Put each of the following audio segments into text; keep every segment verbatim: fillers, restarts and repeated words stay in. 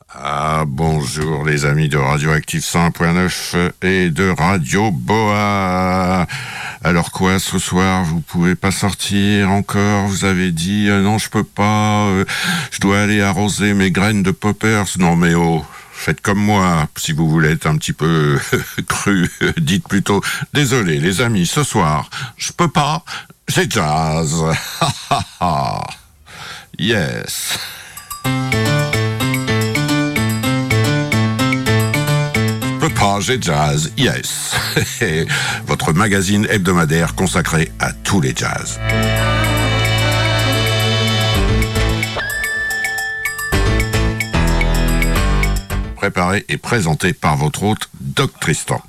Ah, bonjour les amis de Radioactive cent un point neuf et de Radio Boa. Alors quoi, ce soir, vous pouvez pas sortir encore? Vous avez dit, euh, non, je peux pas, euh, je dois aller arroser mes graines de poppers. Non mais oh, faites comme moi, si vous voulez être un petit peu cru, dites plutôt, désolé les amis, ce soir, je peux pas, c'est jazz. Yes. J'ai jazz, yes. Votre magazine hebdomadaire consacré à tous les jazz. Préparé et présenté par votre hôte, Doc Tristan.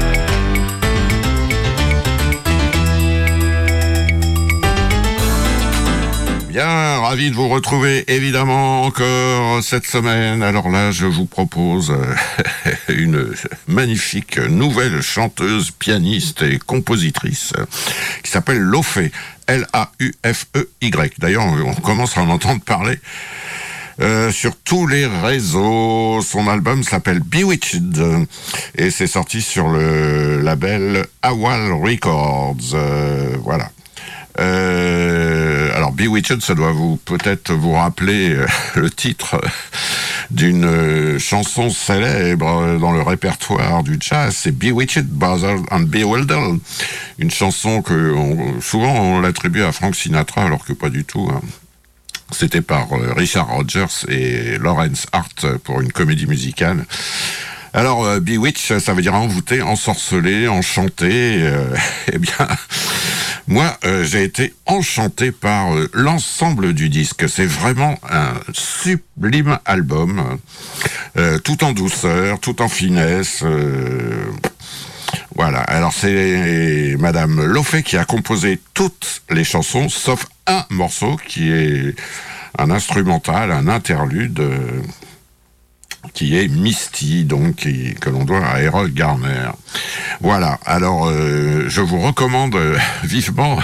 Bien, ravi de vous retrouver évidemment encore cette semaine. Alors là, je vous propose une magnifique nouvelle chanteuse, pianiste et compositrice qui s'appelle Laufey, L A U F E Y. D'ailleurs, on commence à en entendre parler Euh, sur tous les réseaux. Son album s'appelle Bewitched et c'est sorti sur le label Awal Records. Euh, voilà. Euh, alors Bewitched, ça doit vous peut-être vous rappeler euh, le titre d'une euh, chanson célèbre dans le répertoire du jazz, c'est Bewitched, Buzzard and Bewildered, une chanson que on, souvent on l'attribue à Frank Sinatra alors que pas du tout, hein. C'était par euh, Richard Rodgers et Lawrence Hart pour une comédie musicale. Alors, euh, Bewitched, ça veut dire envoûté, ensorcelé, enchanté. Euh, eh bien, moi, euh, j'ai été enchanté par euh, l'ensemble du disque. C'est vraiment un sublime album, euh, tout en douceur, tout en finesse. Euh, voilà. Alors, c'est Madame Laufey qui a composé toutes les chansons, sauf un morceau qui est un instrumental, un interlude. Euh, qui est Misty, donc, qui, que l'on doit à Errol Garner. Voilà, alors euh, je vous recommande euh, vivement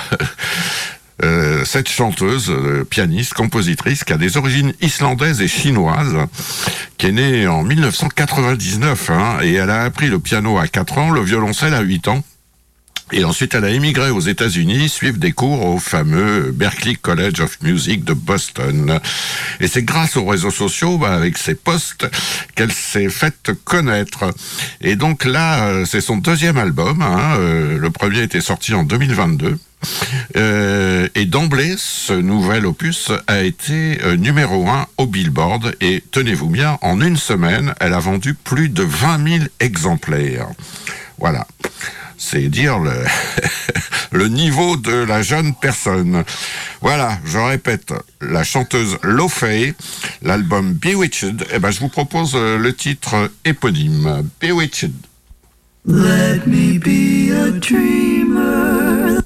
euh, cette chanteuse, euh, pianiste, compositrice, qui a des origines islandaises et chinoises, qui est née en dix-neuf cent quatre-vingt-dix-neuf, hein, et elle a appris le piano à quatre ans, le violoncelle à huit ans, et ensuite, elle a émigré aux États-Unis, suivre des cours au fameux Berklee College of Music de Boston. Et c'est grâce aux réseaux sociaux, bah, avec ses posts, qu'elle s'est faite connaître. Et donc là, c'est son deuxième album. Hein, euh, le premier était sorti en deux mille vingt-deux. Euh, et d'emblée, ce nouvel opus a été euh, numéro un au Billboard. Et tenez-vous bien, en une semaine, elle a vendu plus de vingt mille exemplaires. Voilà. C'est dire le, le niveau de la jeune personne. Voilà, je répète, la chanteuse Laufey, l'album Bewitched, eh ben, je vous propose le titre éponyme, Bewitched. Let me be a dreamer.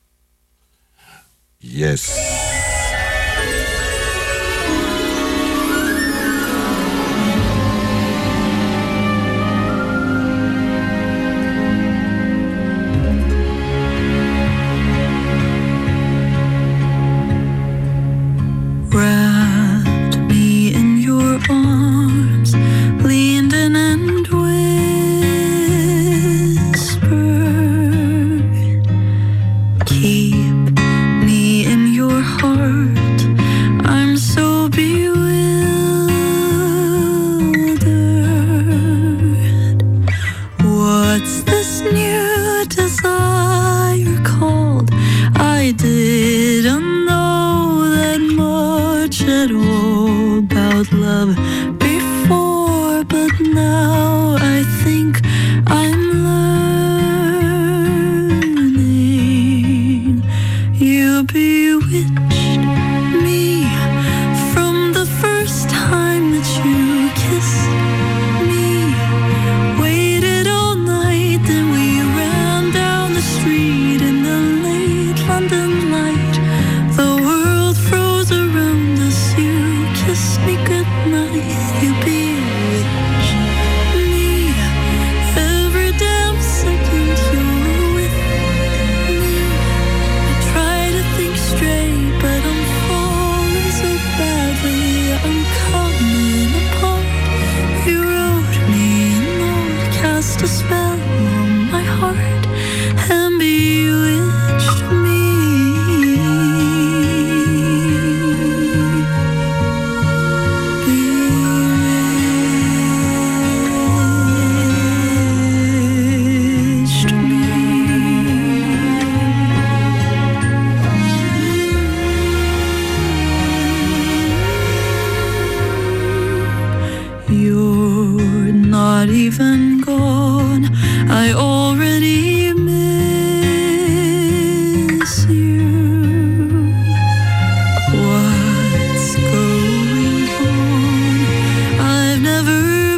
Yes. Wrapped me in your arms, leaned in and whispered, keep me in your heart, I'm so bewildered. What's this new desire called? I didn't at all about love before, but now I think I'm learning. You bewitched me from the first time that you kissed me. Waited all night, then we ran down the street in the late London light. The world froze around us, you kissed me goodnight, you bewitched me. you're not even gone. I already miss you. What's going on? I've never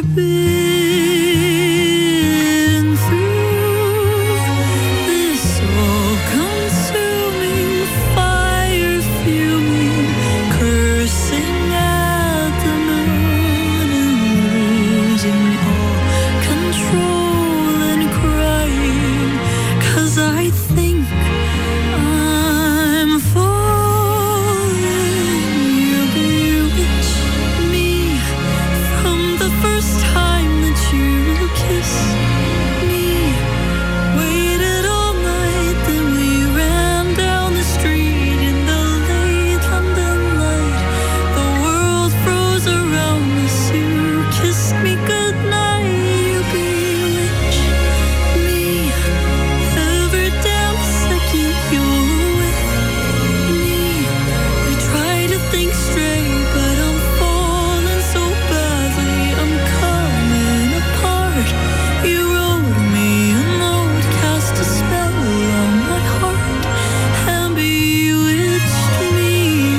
been through this all-consuming fire fuming, cursing at the moon and losing all control and crying, 'cause I think I'm falling. You bewitched me from the first time that you kissed me. Waited all night, then we ran down the street in the late London light. The world froze around us. You kissed me goodnight. You bewitched me. Every damn second you're with me. I try to think straight, but I'm falling so badly. I'm coming apart. You wrote me a note, cast a spell on my heart, and bewitched me.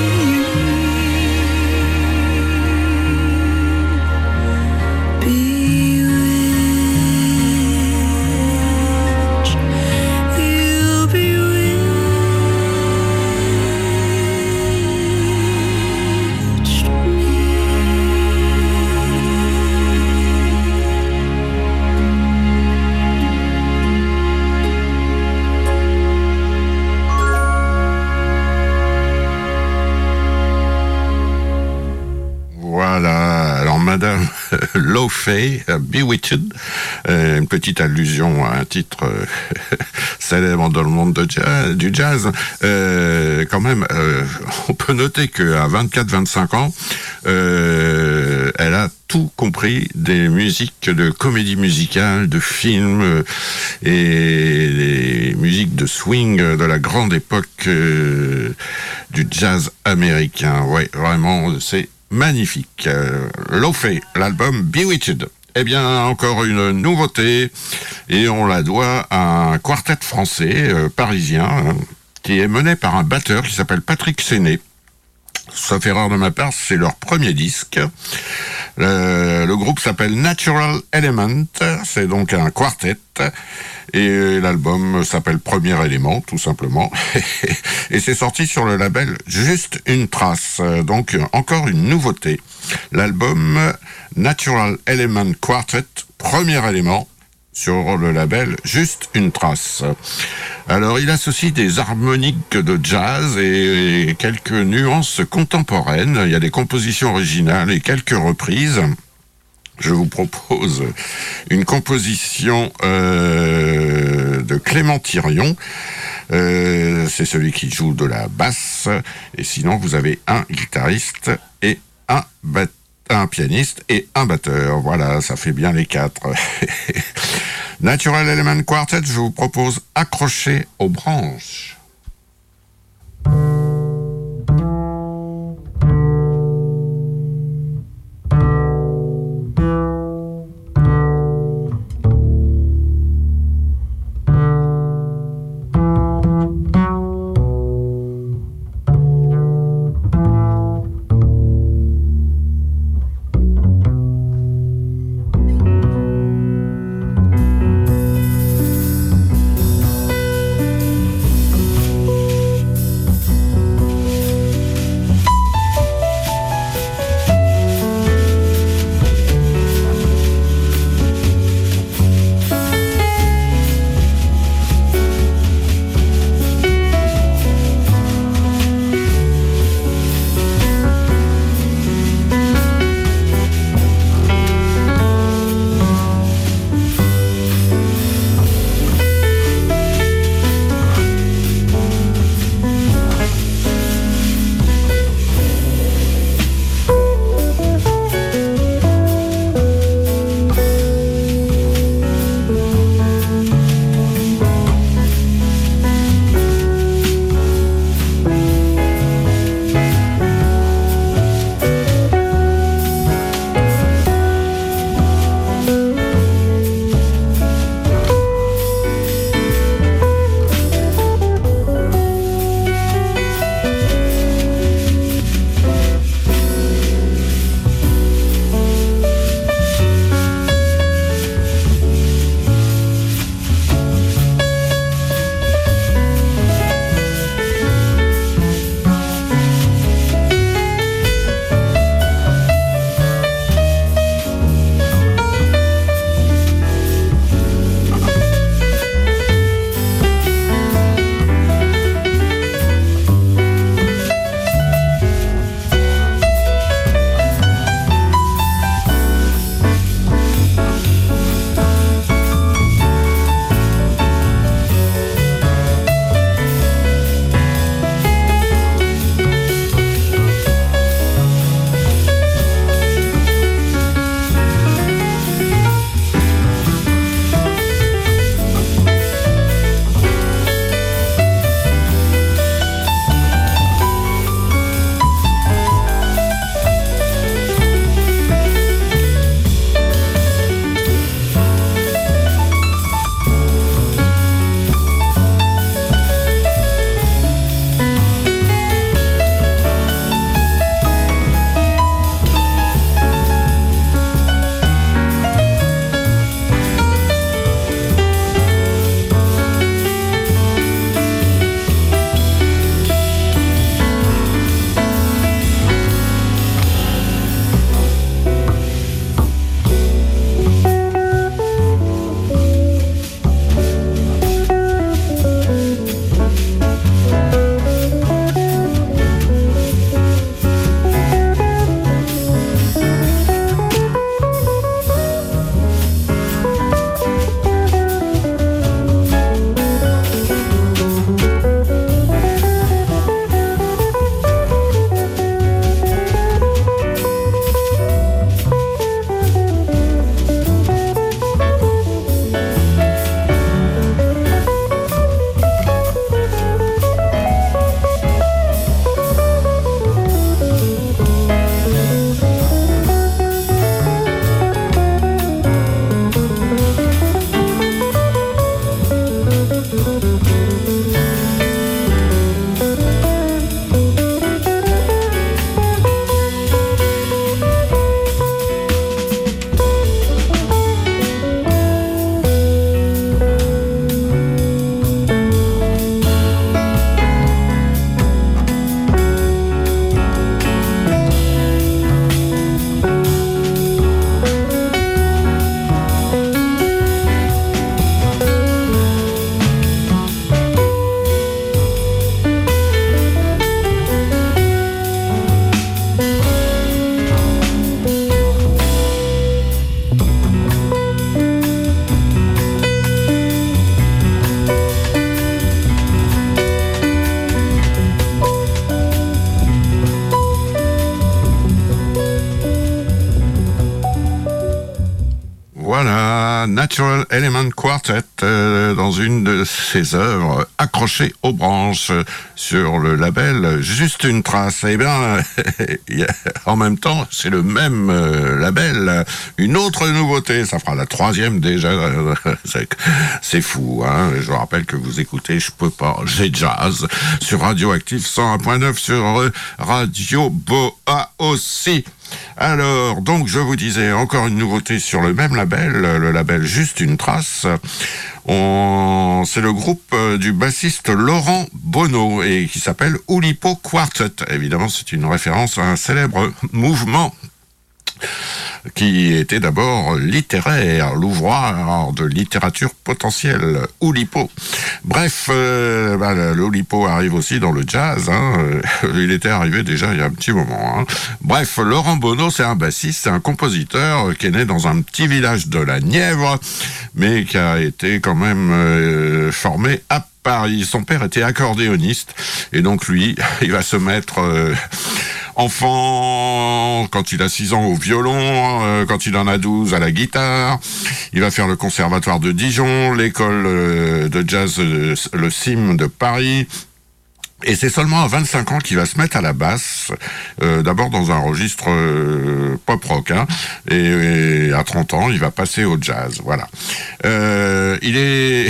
Bewitched. You bewitched me. Voilà, alors Madame Lo-Fay, Bewitched, euh, une petite allusion à un titre euh, célèbre dans le monde de jazz, du jazz. Euh, quand même, euh, on peut noter qu'à vingt-quatre vingt-cinq ans, euh, elle a tout compris des musiques de comédie musicale, de films euh, et des musiques de swing de la grande époque euh, du jazz américain. Ouais, vraiment, c'est magnifique. Euh, Lo-Fay, l'album Bewitched. Eh bien, encore une nouveauté, et on la doit à un quartet français, euh, parisien, hein, qui est mené par un batteur qui s'appelle Patrick Séné. Sauf erreur de ma part, c'est leur premier disque. Le, le groupe s'appelle Natural Element, c'est donc un quartet, et l'album s'appelle Premier Élément, tout simplement. Et c'est sorti sur le label Juste une Trace, donc encore une nouveauté. L'album Natural Element Quartet, Premier Élément, sur le label Juste une Trace. Alors, il associe des harmoniques de jazz et quelques nuances contemporaines. Il y a des compositions originales et quelques reprises. Je vous propose une composition euh, de Clément Thirion. Euh, c'est celui qui joue de la basse. Et sinon, vous avez un guitariste et un batteur. Un pianiste et un batteur. Voilà, ça fait bien les quatre. Natural Element Quartet, je vous propose Accroché aux branches. Accroché Voilà, Natural Element Quartet, euh, dans une de ses œuvres, accrochée aux branches sur le label Juste une trace. Eh bien, en même temps, c'est le même euh, label, une autre nouveauté, ça fera la troisième déjà, c'est, c'est fou, hein. Je vous rappelle que vous écoutez Je peux pas, j'ai jazz, sur Radioactive cent un point neuf, sur Radio Boa aussi. Alors, donc, je vous disais, encore une nouveauté sur le même label, le label Juste une trace. On... C'est le groupe du bassiste Laurent Bono, et qui s'appelle Oulipo Quartet. Évidemment, c'est une référence à un célèbre mouvement qui était d'abord littéraire, l'ouvroir de littérature potentielle, Oulipo. Bref, euh, bah, l'Oulipo arrive aussi dans le jazz, hein. Il était arrivé déjà il y a un petit moment, hein. Bref, Laurent Bono, c'est un bassiste, c'est un compositeur qui est né dans un petit village de la Nièvre, mais qui a été quand même euh, formé à Paris. Son père était accordéoniste, et donc lui, il va se mettre... Euh, enfant, quand il a six ans au violon, euh, quand il en a douze à la guitare. Il va faire le conservatoire de Dijon, l'école euh, de jazz, euh, le C I M de Paris. Et c'est seulement à vingt-cinq ans qu'il va se mettre à la basse, euh, d'abord dans un registre euh, pop-rock, hein, et, et à trente ans, il va passer au jazz, voilà. Euh, il est...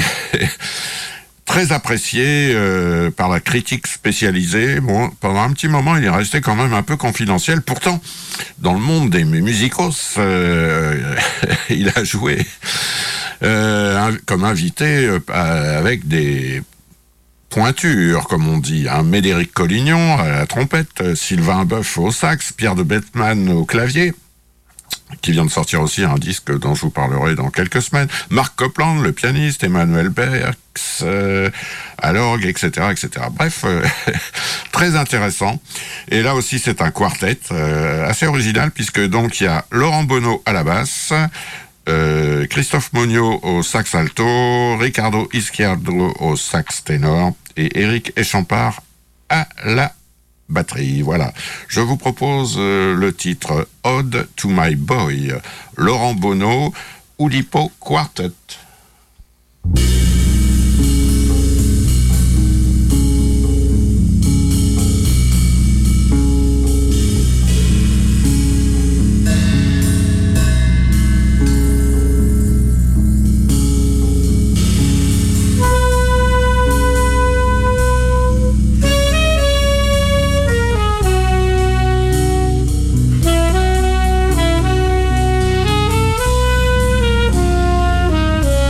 très apprécié euh, par la critique spécialisée. Bon, pendant un petit moment, il est resté quand même un peu confidentiel. Pourtant, dans le monde des musicos, euh, il a joué euh, un, comme invité euh, avec des pointures, comme on dit, hein. Médéric Collignon à la trompette, Sylvain Boeuf au sax, Pierre de Bettman au clavier, qui vient de sortir aussi un disque dont je vous parlerai dans quelques semaines, Marc Copland, le pianiste, Emmanuel Berx, euh, à l'orgue, et cetera, et cetera. Bref, euh, très intéressant. Et là aussi, c'est un quartet euh, assez original, puisque donc il y a Laurent Bono à la basse, euh, Christophe Monio au sax alto, Ricardo Izquierdo au sax ténor, et Éric Échampard à la batterie. Voilà. Je vous propose euh, le titre Ode to My Boy, Laurent Bono, Oulipo Quartet. Thank you.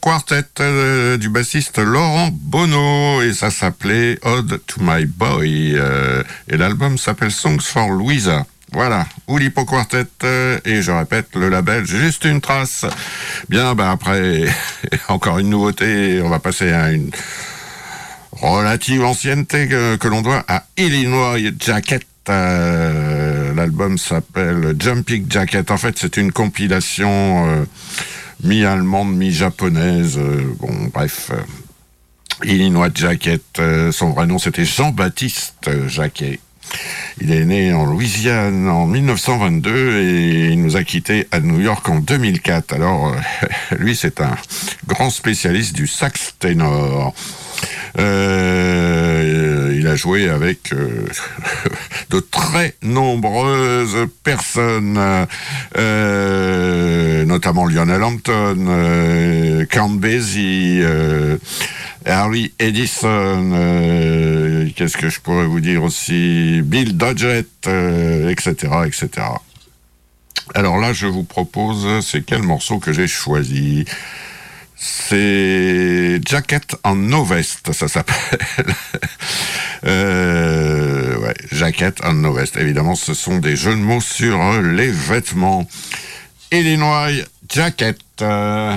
Quartet euh, du bassiste Laurent Bono, et ça s'appelait Ode to My Boy, euh, et l'album s'appelle Songs for Louisa. Voilà, Oulipo Quartet, euh, et je répète, le label Juste une trace. Bien, ben après, encore une nouveauté, on va passer à une relative ancienneté que, que l'on doit à Illinois Jacket. Euh, l'album s'appelle Jumping Jacket. En fait, c'est une compilation euh, mi-allemande, mi-japonaise. Euh, bon, bref. Euh, Illinois Jacket, euh, son vrai nom, c'était Jean-Baptiste Jacquet. Il est né en Louisiane en mille neuf cent vingt-deux et il nous a quittés à New York en deux mille quatre. Alors, euh, lui, c'est un grand spécialiste du sax ténor. Euh, il a joué avec euh, de très nombreuses personnes, euh, notamment Lionel Hampton, euh, Count Basie, euh, Harley Edison, euh, qu'est-ce que je pourrais vous dire aussi, Bill Dodgett, euh, et cetera, et cetera. Alors là, je vous propose, c'est quel morceau que j'ai choisi ? C'est Jacket on No Vest, ça s'appelle. euh, ouais, Jacket on No Vest. Évidemment, ce sont des jeux de mots sur les vêtements. Illinois Jacket. Euh...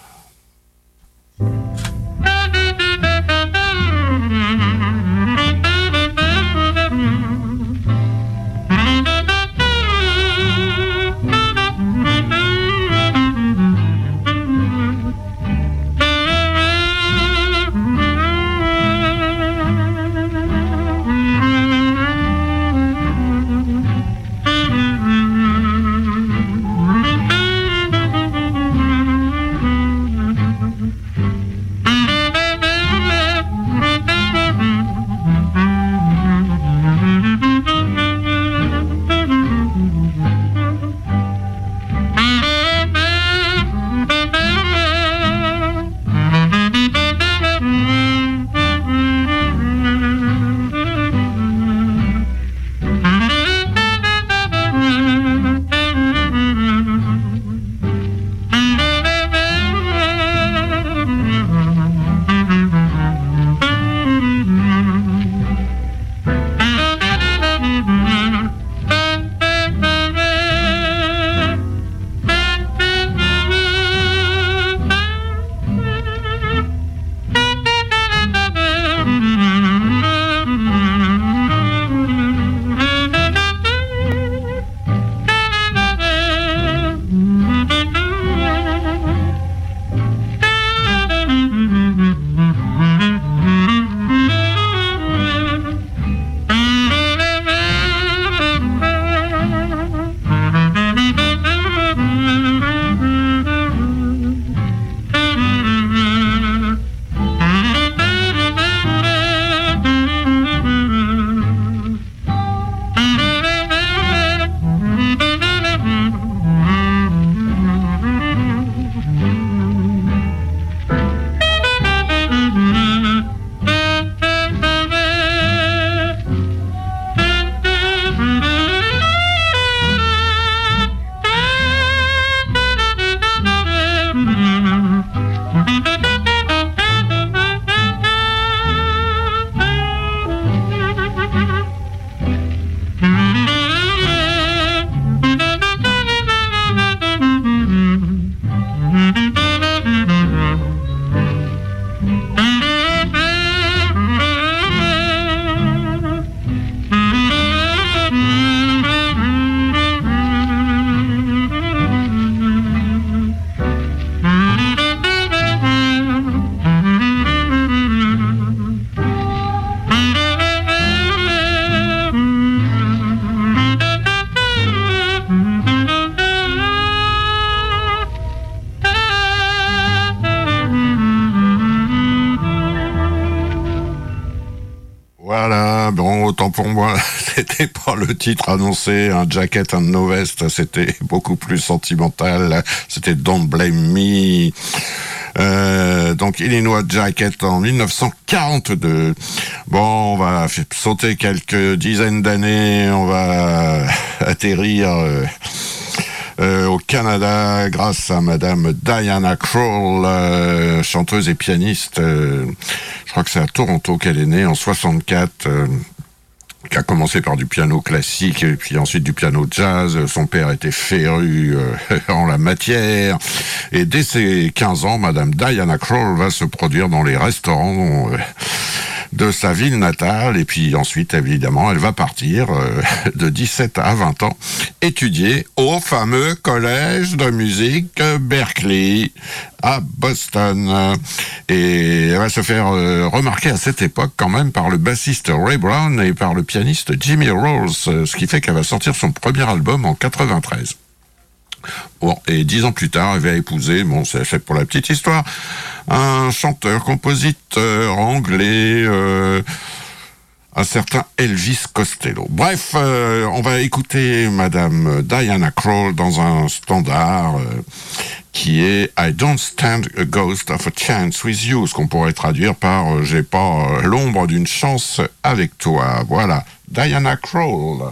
Pour moi, c'était pas le titre annoncé, un Jacket and No Vest, c'était beaucoup plus sentimental, c'était Don't Blame Me. Euh, donc Illinois Jacket en mille neuf cent quarante-deux. Bon, on va sauter quelques dizaines d'années, on va atterrir euh, euh, au Canada grâce à Madame Diana Krall, euh, chanteuse et pianiste. Euh, je crois que c'est à Toronto qu'elle est née en soixante-quatre. Euh, qui a commencé par du piano classique et puis ensuite du piano jazz. Son père était féru euh, en la matière. Et dès ses quinze ans, Madame Diana Krall va se produire dans les restaurants euh, de sa ville natale. Et puis ensuite, évidemment, elle va partir euh, de dix-sept à vingt ans étudier au fameux collège de musique Berklee à Boston. Et elle va se faire euh, remarquer à cette époque quand même par le bassiste Ray Brown et par le pianiste Jimmy Rose, ce qui fait qu'elle va sortir son premier album en quatre-vingt-treize. Bon, et dix ans plus tard, elle va épouser, bon, c'est fait pour la petite histoire, un chanteur, compositeur anglais, euh, un certain Elvis Costello. Bref, euh, on va écouter Madame Diana Krall dans un standard euh, qui est I Don't Stand a Ghost of a Chance with You, ce qu'on pourrait traduire par euh, J'ai pas euh, l'ombre d'une chance avec toi. Voilà, Diana Krall.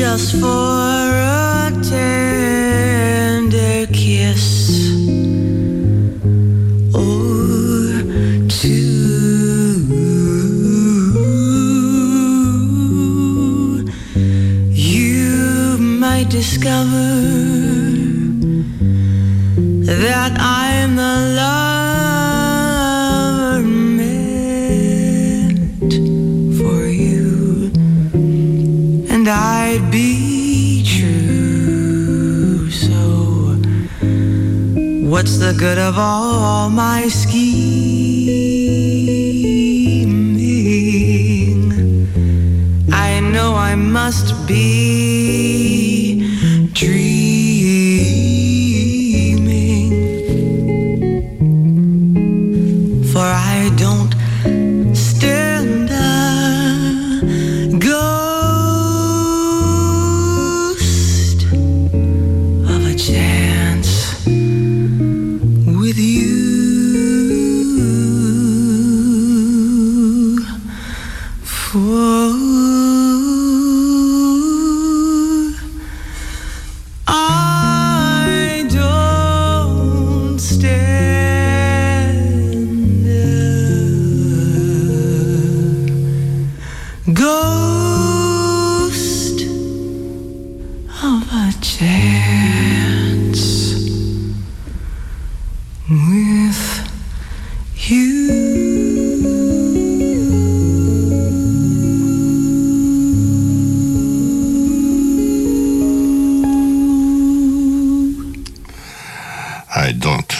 just for a tender kiss or two. You might discover that I'm the lover meant for you, and I'd be true. So what's the good of all my scheming? I know I must be dreaming, for I don't stand a ghost of a chance with you. For I don't stand a ghost of a chance with you. I don't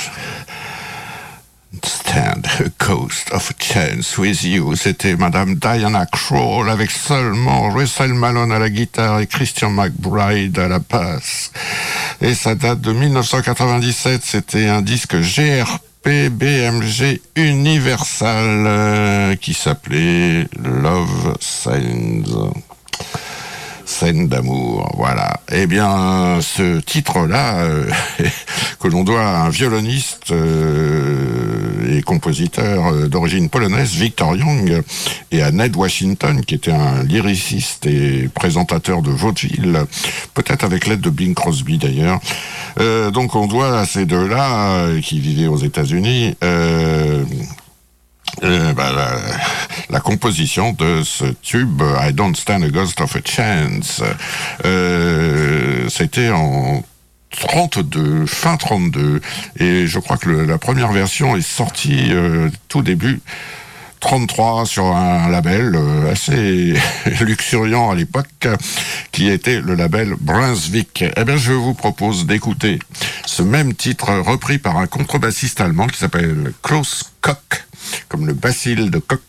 stand a ghost of a chance with you. C'était Madame Diana Krall avec seulement Russell Malone à la guitare et Christian McBride à la basse. Et ça date de dix-neuf cent quatre-vingt-dix-sept. C'était un disque G R P B M G Universal euh, qui s'appelait Love Signs. Scène d'amour, voilà. Eh bien, ce titre-là, euh, que l'on doit à un violoniste euh, et compositeur euh, d'origine polonaise, Victor Young, et à Ned Washington, qui était un lyriciste et présentateur de vaudeville, peut-être avec l'aide de Bing Crosby d'ailleurs. Euh, donc on doit à ces deux-là, euh, qui vivaient aux États-Unis, euh, Euh, bah, la, la composition de ce tube I Don't Stand a Ghost of a Chance. Euh, c'était en trente-deux, fin trente-deux, et je crois que le, la première version est sortie euh, tout début trente-trois sur un label euh, assez luxuriant à l'époque, qui était le label Brunswick. Eh bien, je vous propose d'écouter ce même titre repris par un contrebassiste allemand qui s'appelle Klaus Koch, comme le bacille de Koch,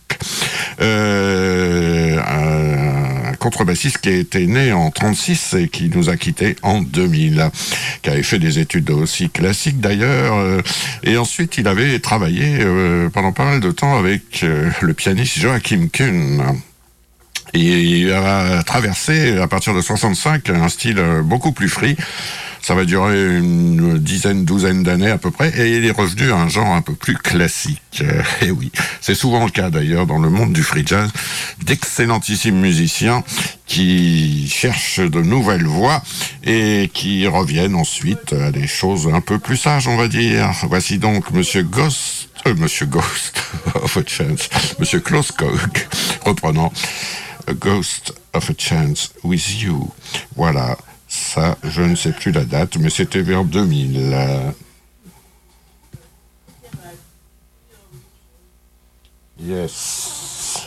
euh, un contrebassiste qui a été né en trente-six et qui nous a quittés en deux mille, qui avait fait des études aussi classiques d'ailleurs, euh, et ensuite il avait travaillé euh, pendant pas mal de temps avec euh, le pianiste Joachim Kuhn. Et il a traversé, à partir de soixante-cinq, un style beaucoup plus free. Ça va durer une dizaine, douzaine d'années à peu près, et il est revenu à un genre un peu plus classique. Euh, et oui, c'est souvent le cas d'ailleurs dans le monde du free jazz, d'excellentissimes musiciens qui cherchent de nouvelles voies et qui reviennent ensuite à des choses un peu plus sages, on va dire. Voici donc Monsieur Ghost, euh, Monsieur Ghost of a Chance, Monsieur Klaus Koch, reprenant A Ghost of a Chance with You. Voilà. Ça, je ne sais plus la date, mais c'était vers deux mille. Yes.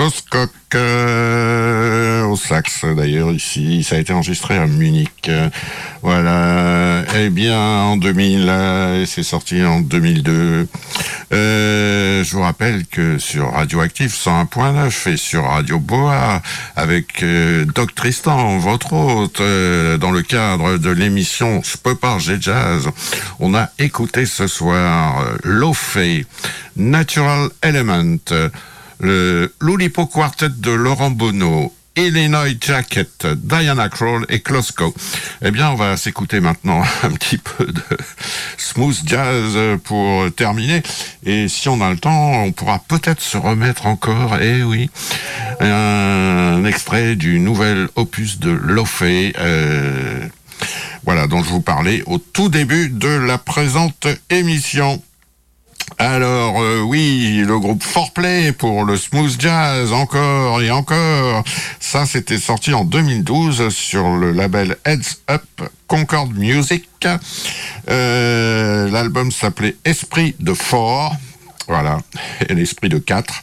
Klaus Koch euh, au sax d'ailleurs ici, ça a été enregistré à Munich. Euh, voilà, eh bien en deux mille, euh, c'est sorti en deux mille deux. Euh, je vous rappelle que sur Radioactive cent un point neuf et sur Radio Boa avec euh, Doc Tristan, votre hôte, euh, dans le cadre de l'émission Je peux pas, j'ai jazz, on a écouté ce soir euh, Lo-Fi, Natural Element, le l'Oulipo Quartet de Laurent Bono, Illinois Jacket, Diana Krall et Klaus Koch. Eh bien, on va s'écouter maintenant un petit peu de smooth jazz pour terminer. Et si on a le temps, on pourra peut-être se remettre encore, eh oui, un extrait du nouvel opus de Lo-Fi, euh, voilà, dont je vous parlais au tout début de la présente émission. Alors euh, oui, le groupe four play pour le smooth jazz, encore et encore. Ça, c'était sorti en deux mille douze sur le label Heads Up Concord Music. Euh, l'album s'appelait Esprit de Four, voilà, et l'esprit de quatre.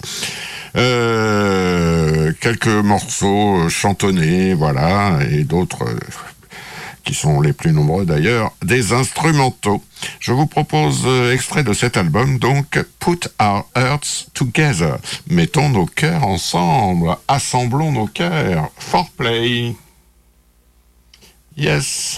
Euh, quelques morceaux chantonnés, voilà, et d'autres euh, qui sont les plus nombreux d'ailleurs, des instrumentaux. Je vous propose euh, extrait de cet album, donc Put Our Hearts Together. Mettons nos cœurs ensemble, assemblons nos cœurs. four play. Yes.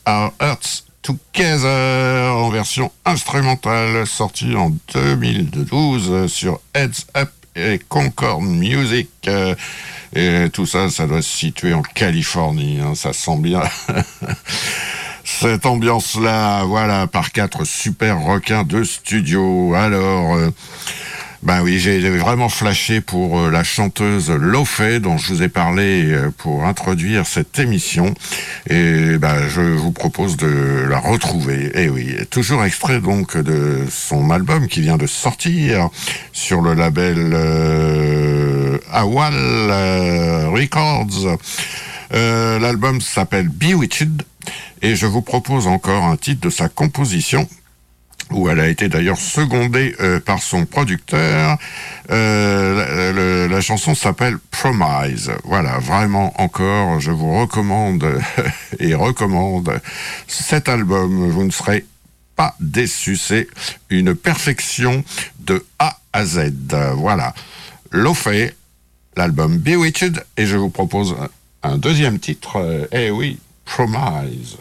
Our Hearts Together en version instrumentale, sortie en deux mille douze sur Heads Up et Concord Music. Et tout ça, ça doit se situer en Californie, hein, ça sent bien cette ambiance-là, voilà, par quatre super requins de studio. Alors... Euh, Ben oui, j'ai vraiment flashé pour euh, la chanteuse Lo-Fay dont je vous ai parlé euh, pour introduire cette émission, et ben je vous propose de la retrouver. Et oui, toujours extrait donc de son album qui vient de sortir sur le label euh, Awal euh, Records. Euh, l'album s'appelle Bewitched et je vous propose encore un titre de sa composition, où elle a été d'ailleurs secondée euh, par son producteur. Euh, la, la, la chanson s'appelle Promise. Voilà, vraiment encore, je vous recommande et recommande cet album. Vous ne serez pas déçus. C'est une perfection de A à Z. Voilà, Lo-Fay, l'album Bewitched, et je vous propose un deuxième titre. Euh, eh oui, Promise.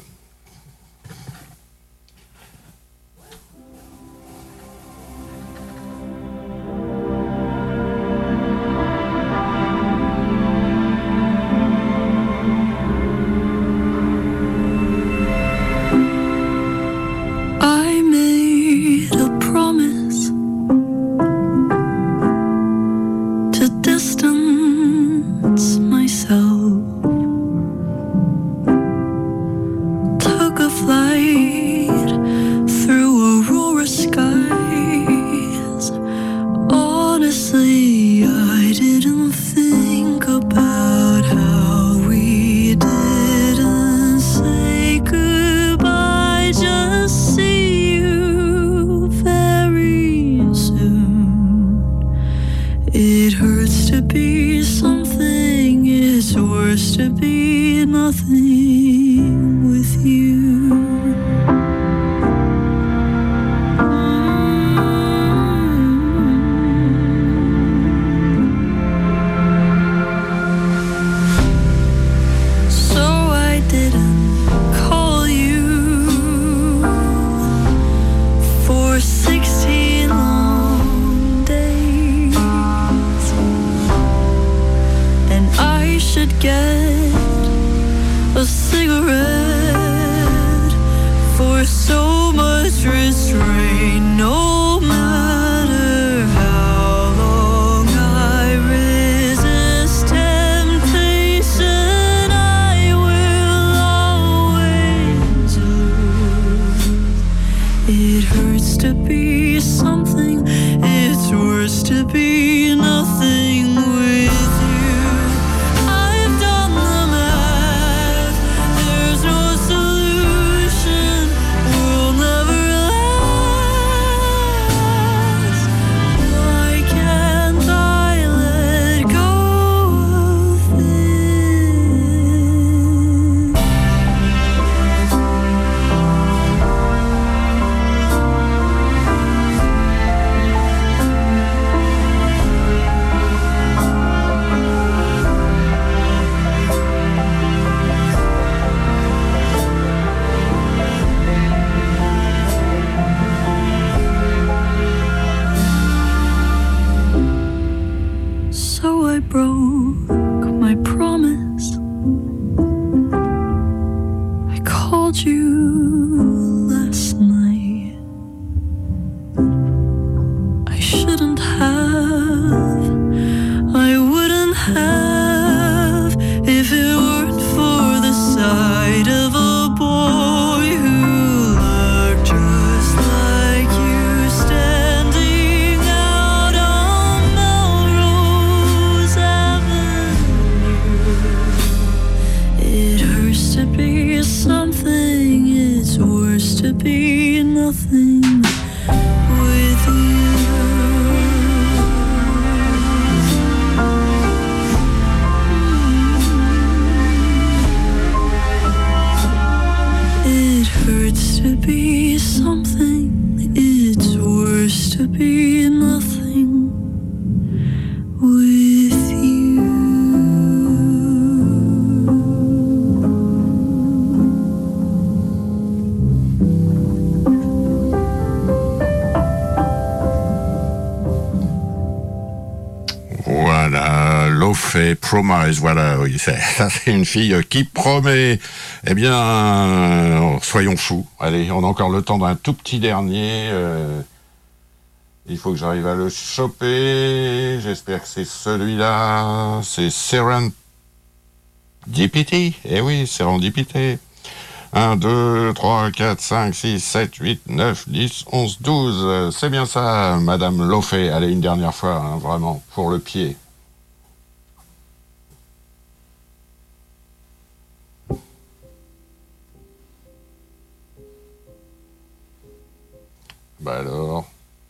Lofé, Promise, voilà, oui, c'est, ça c'est une fille qui promet. Eh bien, euh, soyons fous. Allez, on a encore le temps d'un tout petit dernier. Euh, il faut que j'arrive à le choper. J'espère que c'est celui-là. C'est Serendipity. Eh oui, Serendipity. un, deux, trois, quatre, cinq, six, sept, huit, neuf, dix, onze, douze. C'est bien ça, Madame Lofé. Allez, une dernière fois, hein, vraiment, pour le pied. Bah alors...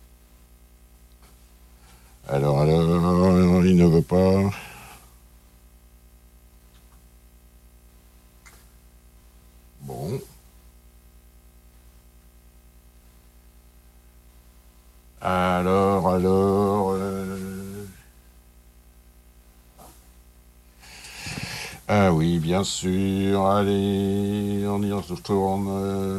Alors, alors, il ne veut pas... Bon. Alors, alors... Euh... Ah oui, bien sûr. Allez, on y retourne. Euh...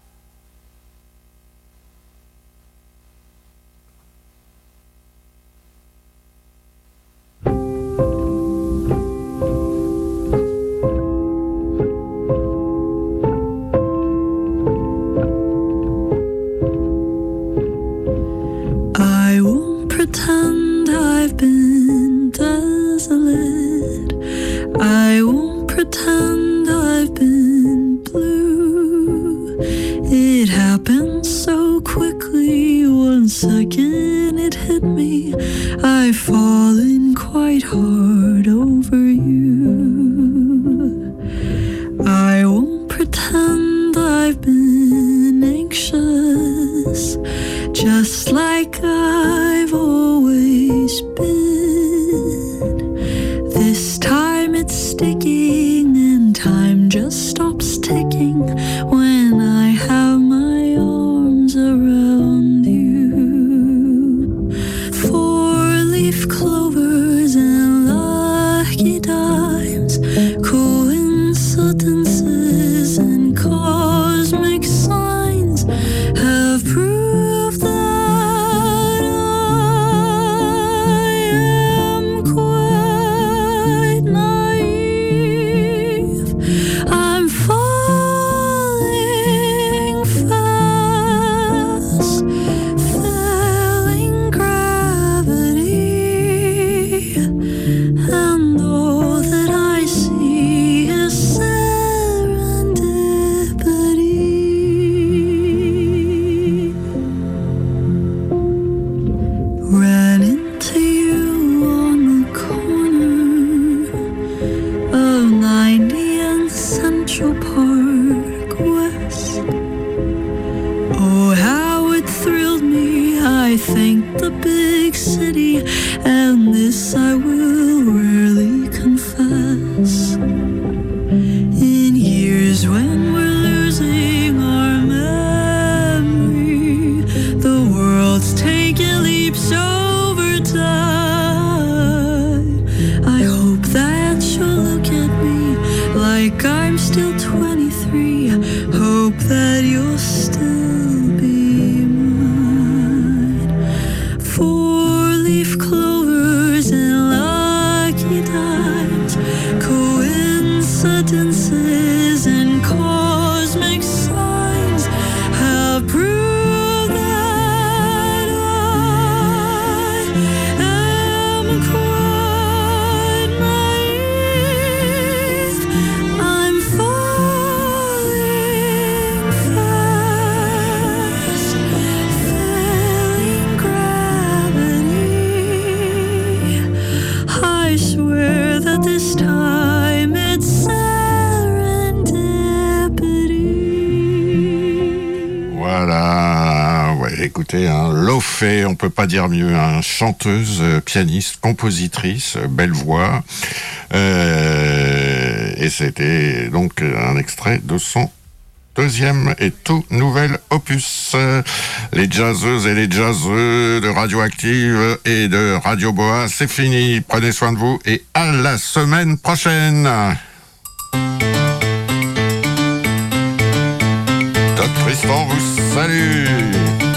I won't pretend I've been desolate. I won't pretend I've been blue. It happened so quickly, one second it hit me. I've fallen quite hard over you. I won't pretend I've been anxious, just like I've always been. This time it's sticking and time just stops ticking when I have my arms around you. Four-leaf clovers and lucky dimes, coincidences and cosmic signs have proved that Écoutez, hein, Lofé, on peut pas dire mieux, hein, chanteuse, euh, pianiste, compositrice, euh, belle voix, euh, et c'était donc un extrait de son deuxième et tout nouvel opus. Les jazzeuses et les jazzeux de Radioactive et de Radio Boa, c'est fini. Prenez soin de vous et à la semaine prochaine. Doc Tristan vous salue.